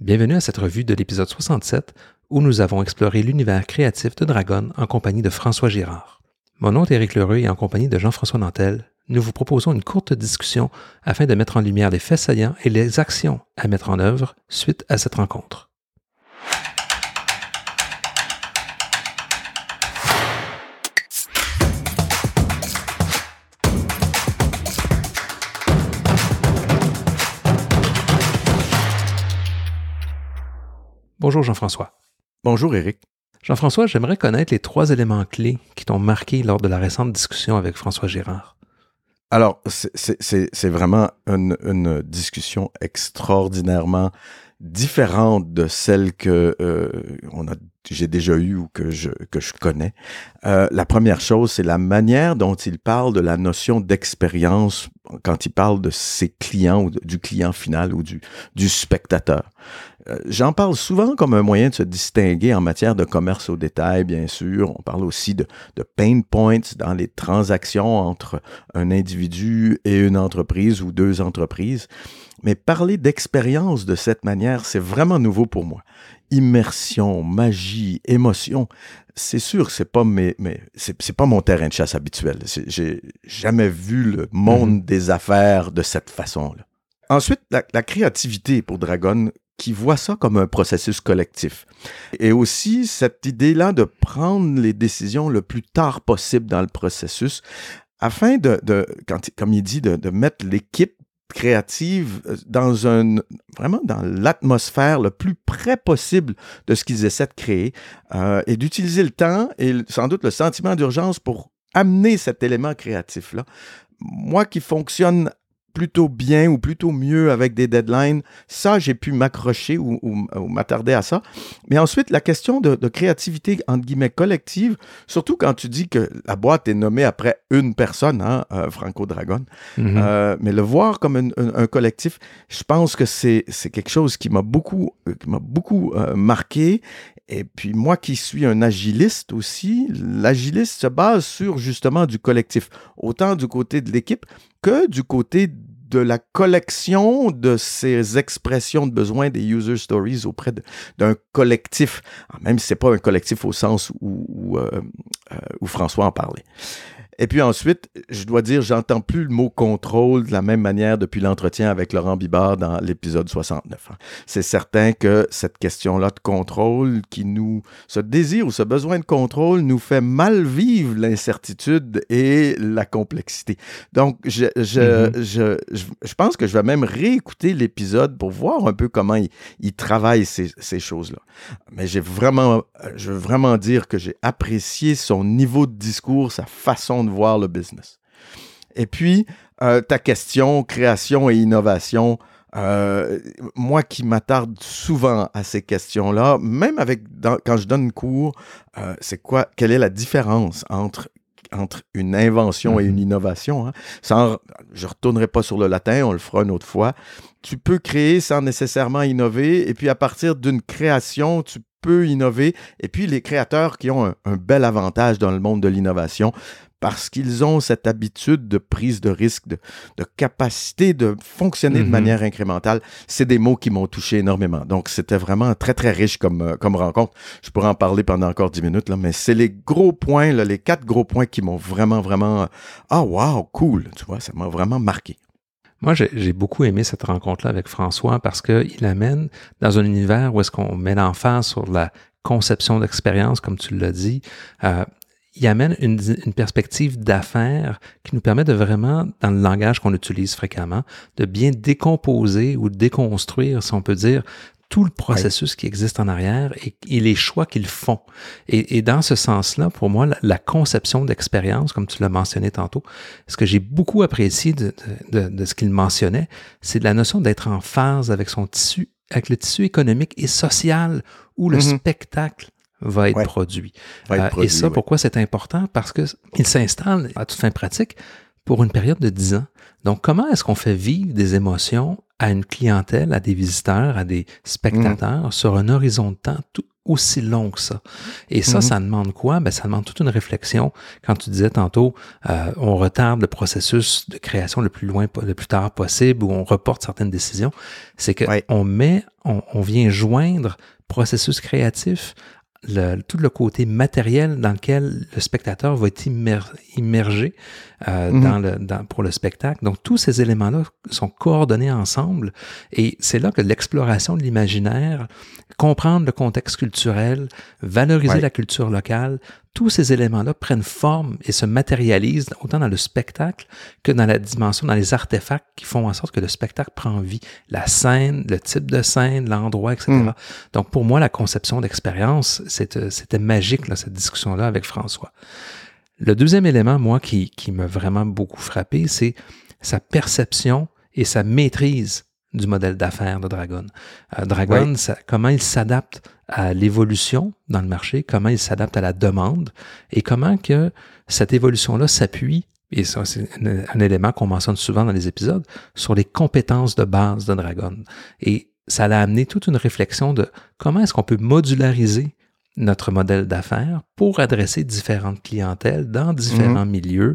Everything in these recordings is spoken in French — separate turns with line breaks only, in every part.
Bienvenue à cette revue de l'épisode 67 où nous avons exploré l'univers créatif de Dragon en compagnie de François Girard. Mon nom est Éric Lheureux et en compagnie de Jean-François Nantel, nous vous proposons une courte discussion afin de mettre en lumière les faits saillants et les actions à mettre en œuvre suite à cette rencontre. Bonjour Jean-François.
Bonjour Éric.
Jean-François, j'aimerais connaître les 3 éléments clés qui t'ont marqué lors de la récente discussion avec François Girard.
Alors, c'est vraiment une discussion extraordinairement différente de celle que j'ai déjà eue ou que je connais. La première chose, c'est la manière dont il parle de la notion d'expérience quand il parle de ses clients ou du client final ou du spectateur. J'en parle souvent comme un moyen de se distinguer en matière de commerce au détail, bien sûr. On parle aussi de pain points dans les transactions entre un individu et une entreprise ou 2 entreprises. Mais parler d'expérience de cette manière, c'est vraiment nouveau pour moi. Immersion, magie, émotion, c'est sûr que c'est pas c'est pas mon terrain de chasse habituel. J'ai jamais vu le monde des affaires de cette façon-là. Ensuite, la créativité pour Dragon, qui voit ça comme un processus collectif. Et aussi, cette idée-là de prendre les décisions le plus tard possible dans le processus, afin comme il dit, de mettre l'équipe créative vraiment dans l'atmosphère le plus près possible de ce qu'ils essaient de créer, et d'utiliser le temps et sans doute le sentiment d'urgence pour amener cet élément créatif-là. Moi qui fonctionne plutôt bien ou plutôt mieux avec des deadlines, ça, j'ai pu m'accrocher ou m'attarder à ça. Mais ensuite, la question de créativité, entre guillemets, collective, surtout quand tu dis que la boîte est nommée après une personne, Franco Dragon, mais le voir comme un collectif, je pense que c'est quelque chose qui m'a beaucoup marqué. Et puis moi qui suis un agiliste aussi, l'agiliste se base sur justement du collectif, autant du côté de l'équipe que du côté de la collection de ces expressions de besoin des user stories auprès d'un collectif, même si ce n'est pas un collectif au sens où François en parlait. Et puis ensuite, je dois dire, j'entends plus le mot contrôle de la même manière depuis l'entretien avec Laurent Bibard dans l'épisode 69. C'est certain que cette question-là de contrôle ce désir ou ce besoin de contrôle nous fait mal vivre l'incertitude et la complexité. Donc, je pense que je vais même réécouter l'épisode pour voir un peu comment il travaille ces choses-là. Mais je veux vraiment dire que j'ai apprécié son niveau de discours, sa façon de voir le business. Et puis, ta question, création et innovation, moi qui m'attarde souvent à ces questions-là, même quand je donne cours, quelle est la différence entre une invention et une innovation, je ne retournerai pas sur le latin, on le fera une autre fois. Tu peux créer sans nécessairement innover, et puis à partir d'une création, tu peux innover. Et puis les créateurs qui ont un bel avantage dans le monde de l'innovation, parce qu'ils ont cette habitude de prise de risque, de capacité de fonctionner de manière incrémentale. C'est des mots qui m'ont touché énormément. Donc, c'était vraiment très, très riche comme rencontre. Je pourrais en parler pendant encore 10 minutes, là, mais c'est les gros points, là, les 4 gros points qui m'ont vraiment, vraiment... Ah, wow, cool! Tu vois, ça m'a vraiment marqué.
Moi, j'ai beaucoup aimé cette rencontre-là avec François parce qu'il amène dans un univers où est-ce qu'on met l'emphase sur la conception d'expérience, comme tu l'as dit, il amène une perspective d'affaires qui nous permet de vraiment, dans le langage qu'on utilise fréquemment, de bien décomposer ou déconstruire, si on peut dire, tout le processus qui existe en arrière et les choix qu'ils font. Et dans ce sens-là, pour moi, la conception d'expérience, comme tu l'as mentionné tantôt, ce que j'ai beaucoup apprécié de ce qu'il mentionnait, c'est de la notion d'être en phase avec avec le tissu économique et social où le spectacle va être produit. Et ça, pourquoi c'est important? Parce qu'il s'installe, à toute fin pratique, pour une période de 10 ans. Donc, comment est-ce qu'on fait vivre des émotions à une clientèle, à des visiteurs, à des spectateurs sur un horizon de temps aussi long que ça. Et ça,
Mhm.
ça demande quoi? Ben, ça demande toute une réflexion. Quand tu disais tantôt, on retarde le processus de création le plus tard possible ou on reporte certaines décisions, c'est que
Ouais.
on vient joindre processus créatif, tout le côté matériel dans lequel le spectateur va être immergé pour le spectacle. Donc, tous ces éléments-là sont coordonnés ensemble et c'est là que l'exploration de l'imaginaire, comprendre le contexte culturel, valoriser la culture locale, tous ces éléments-là prennent forme et se matérialisent autant dans le spectacle que dans la dimension, dans les artefacts qui font en sorte que le spectacle prend vie. La scène, le type de scène, l'endroit, etc. Donc, pour moi, la conception d'expérience, c'était magique, là, cette discussion-là avec François. Le deuxième élément, moi, qui m'a vraiment beaucoup frappé, c'est sa perception et sa maîtrise du modèle d'affaires de Dragon. Dragon, comment il s'adapte à l'évolution dans le marché, comment il s'adapte à la demande et comment que cette évolution-là s'appuie, et ça c'est un élément qu'on mentionne souvent dans les épisodes, sur les compétences de base de Dragon. Et ça l'a amené toute une réflexion de comment est-ce qu'on peut modulariser notre modèle d'affaires pour adresser différentes clientèles dans différents milieux,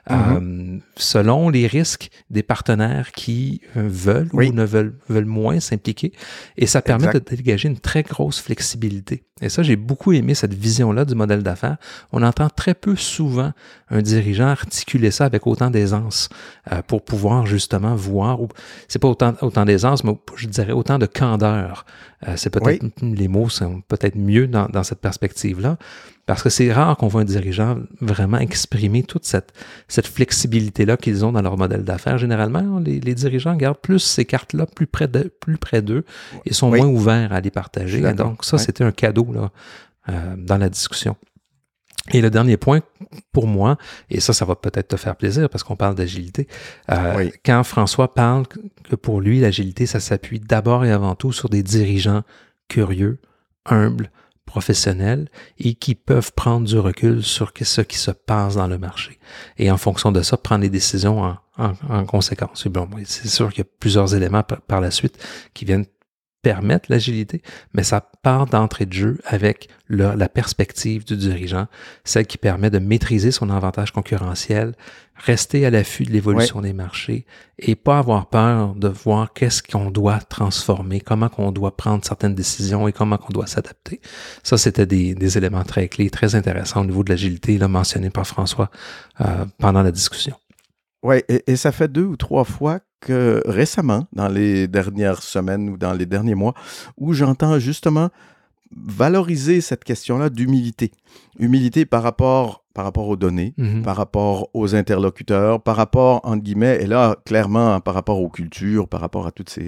selon les risques des partenaires qui veulent ou ne veulent moins s'impliquer. Et ça permet de dégager une très grosse flexibilité. Et ça, j'ai beaucoup aimé cette vision-là du modèle d'affaires. On entend très peu souvent un dirigeant articuler ça avec autant d'aisance pour pouvoir justement voir, c'est pas autant d'aisance, mais je dirais autant de candeur. C'est peut-être, les mots sont peut-être mieux dans cette perspective-là, parce que c'est rare qu'on voit un dirigeant vraiment exprimer toute cette flexibilité-là qu'ils ont dans leur modèle d'affaires. Généralement, les dirigeants gardent plus ces cartes-là plus près d'eux et sont moins ouverts à les partager. Et donc, ça, c'était un cadeau là, dans la discussion. Et le dernier point, pour moi, et ça va peut-être te faire plaisir parce qu'on parle d'agilité, quand François parle que pour lui, l'agilité, ça s'appuie d'abord et avant tout sur des dirigeants curieux, humbles, professionnels et qui peuvent prendre du recul sur ce qui se passe dans le marché. Et en fonction de ça, prendre les décisions en conséquence. Et bon, c'est sûr qu'il y a plusieurs éléments par la suite qui viennent permettre l'agilité, mais ça part d'entrée de jeu avec la perspective du dirigeant, celle qui permet de maîtriser son avantage concurrentiel, rester à l'affût de l'évolution des marchés et pas avoir peur de voir qu'est-ce qu'on doit transformer, comment qu'on doit prendre certaines décisions et comment qu'on doit s'adapter. Ça, c'était des éléments très clés, très intéressants au niveau de l'agilité, là, mentionné par François pendant la discussion.
Oui, et ça fait 2 ou 3 fois que récemment, dans les dernières semaines ou dans les derniers mois, où j'entends justement valoriser cette question-là d'humilité. Humilité par rapport aux données, par rapport aux interlocuteurs, par rapport, entre guillemets, et là, clairement, par rapport aux cultures, par rapport à tous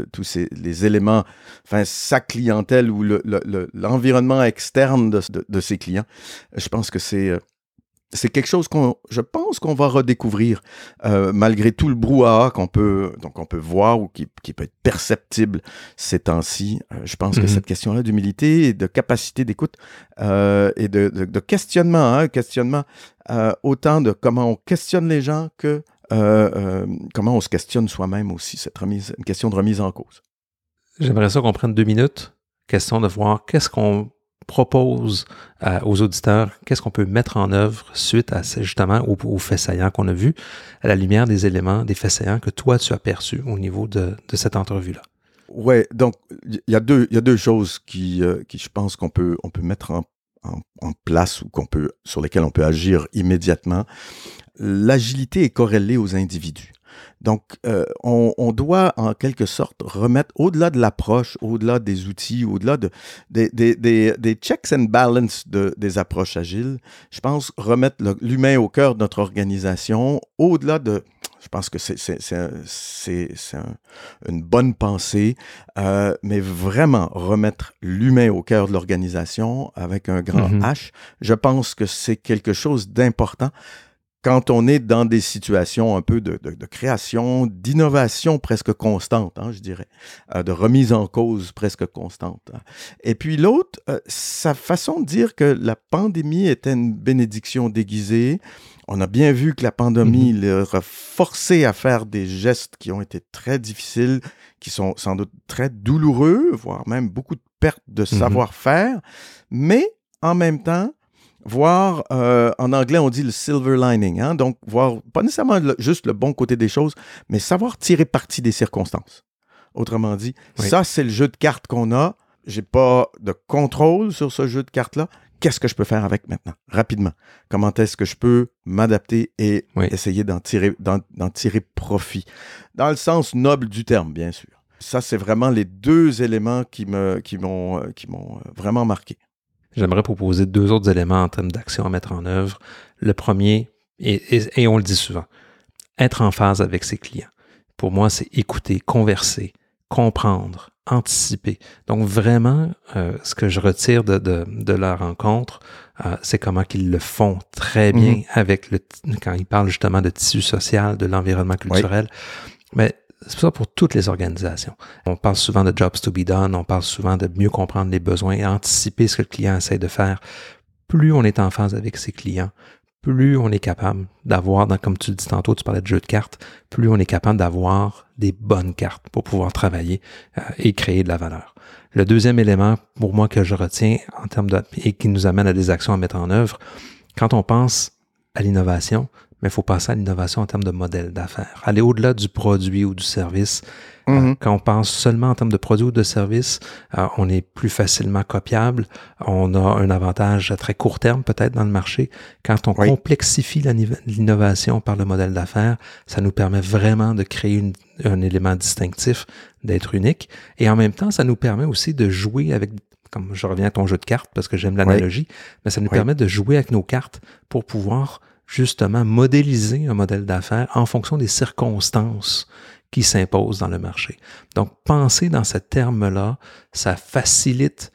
les éléments, enfin, sa clientèle ou l'environnement externe de ses clients. Je pense que c'est quelque chose je pense qu'on va redécouvrir malgré tout le brouhaha qu'on peut voir ou qui peut être perceptible ces temps-ci. Je pense que cette question-là d'humilité et de capacité d'écoute et de questionnement, autant de comment on questionne les gens que comment on se questionne soi-même aussi, une question de remise en cause.
J'aimerais ça qu'on prenne 2 minutes, question de voir qu'est-ce qu'on propose aux auditeurs, qu'est-ce qu'on peut mettre en œuvre suite à justement aux faits saillants qu'on a vus, à la lumière des éléments, des faits saillants que toi tu as perçus au niveau de cette entrevue-là.
Oui, donc il y a deux choses qui je pense qu'on peut mettre en place ou sur lesquelles on peut agir immédiatement. L'agilité est corrélée aux individus. Donc, on doit en quelque sorte remettre, au-delà de l'approche, au-delà des outils, au-delà des checks and balances des approches agiles, je pense remettre l'humain au cœur de notre organisation, au-delà de... Je pense que c'est une bonne pensée, mais vraiment remettre l'humain au cœur de l'organisation avec un grand H, je pense que c'est quelque chose d'important. Quand on est dans des situations un peu de création, d'innovation presque constante, je dirais, de remise en cause presque constante. Et puis l'autre, sa façon de dire que la pandémie était une bénédiction déguisée, On a bien vu que la pandémie leur a forcé à faire des gestes qui ont été très difficiles, qui sont sans doute très douloureux, voire même beaucoup de pertes de savoir-faire, mais en même temps, voir, en anglais on dit le silver lining, hein? Donc voir pas nécessairement juste le bon côté des choses, mais savoir tirer parti des circonstances. Autrement dit, ça c'est le jeu de cartes qu'on a, j'ai pas de contrôle sur ce jeu de cartes-là. Qu'est-ce que je peux faire avec maintenant, rapidement? Comment est-ce que je peux m'adapter et essayer d'en tirer profit? Dans le sens noble du terme, bien sûr. Ça, c'est vraiment les deux éléments qui m'ont vraiment marqué.
J'aimerais proposer 2 autres éléments en termes d'action à mettre en œuvre. Le premier, et on le dit souvent, être en phase avec ses clients. Pour moi, c'est écouter, converser, comprendre, anticiper. Donc vraiment, ce que je retire de la rencontre, c'est comment qu'ils le font très bien avec quand ils parlent justement de tissu social, de l'environnement culturel. Mais c'est ça pour toutes les organisations. On parle souvent de jobs to be done, on parle souvent de mieux comprendre les besoins et anticiper ce que le client essaie de faire. Plus on est en phase avec ses clients, plus on est capable d'avoir, comme tu le dis tantôt, tu parlais de jeu de cartes, plus on est capable d'avoir des bonnes cartes pour pouvoir travailler et créer de la valeur. Le deuxième élément, pour moi, que je retiens en termes et qui nous amène à des actions à mettre en œuvre, quand on pense à l'innovation, mais il faut passer à l'innovation en termes de modèle d'affaires. Aller au-delà du produit ou du service. Quand on pense seulement en termes de produit ou de service, on est plus facilement copiable. On a un avantage à très court terme peut-être dans le marché. Quand on complexifie l'innovation par le modèle d'affaires, ça nous permet vraiment de créer un élément distinctif, d'être unique. Et en même temps, ça nous permet aussi de jouer avec, comme je reviens à ton jeu de cartes parce que j'aime l'analogie, mais ça nous permet de jouer avec nos cartes pour pouvoir justement modéliser un modèle d'affaires en fonction des circonstances qui s'imposent dans le marché. Donc, penser dans ce terme-là, ça facilite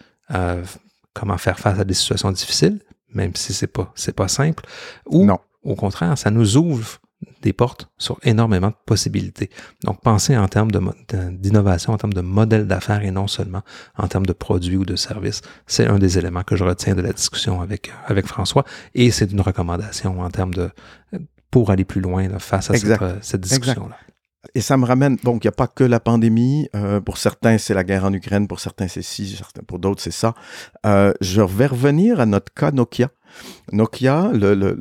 comment faire face à des situations difficiles, même si c'est pas simple, ou au contraire, ça nous ouvre des portes sur énormément de possibilités. Donc, penser en termes d'innovation, en termes de modèle d'affaires et non seulement en termes de produits ou de services, c'est un des éléments que je retiens de la discussion avec François et c'est une recommandation en termes pour aller plus loin là, face à cette discussion-là.
Et ça me ramène, donc il n'y a pas que la pandémie, pour certains c'est la guerre en Ukraine, pour certains c'est ci, pour d'autres c'est ça. Je vais revenir à notre cas Nokia. Nokia,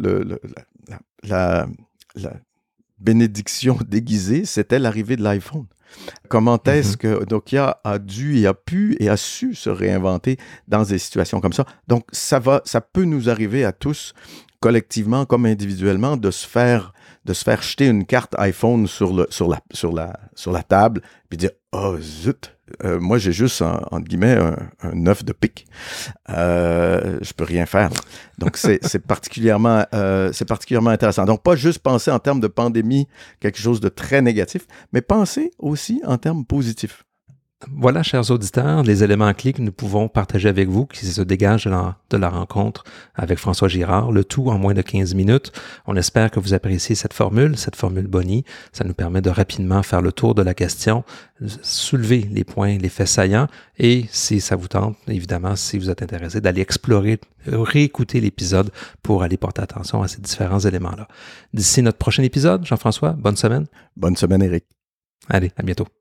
la bénédiction déguisée, c'était l'arrivée de l'iPhone. Comment est-ce que Nokia a dû et a pu et a su se réinventer dans des situations comme ça? Donc, ça peut nous arriver à tous, collectivement comme individuellement, de se faire jeter une carte iPhone sur la table, puis dire « Oh zut, moi j'ai juste, entre guillemets, un œuf de pique. Je peux rien faire. » Donc c'est particulièrement intéressant. Donc pas juste penser en termes de pandémie, quelque chose de très négatif, mais penser aussi en termes positifs.
Voilà, chers auditeurs, les éléments clés que nous pouvons partager avec vous qui se dégagent de la rencontre avec François Girard, le tout en moins de 15 minutes. On espère que vous appréciez cette formule Boni. Ça nous permet de rapidement faire le tour de la question, soulever les points, les faits saillants et si ça vous tente, évidemment, si vous êtes intéressé, d'aller explorer, réécouter l'épisode pour aller porter attention à ces différents éléments-là. D'ici notre prochain épisode, Jean-François, bonne semaine.
Bonne semaine, Éric.
Allez, à bientôt.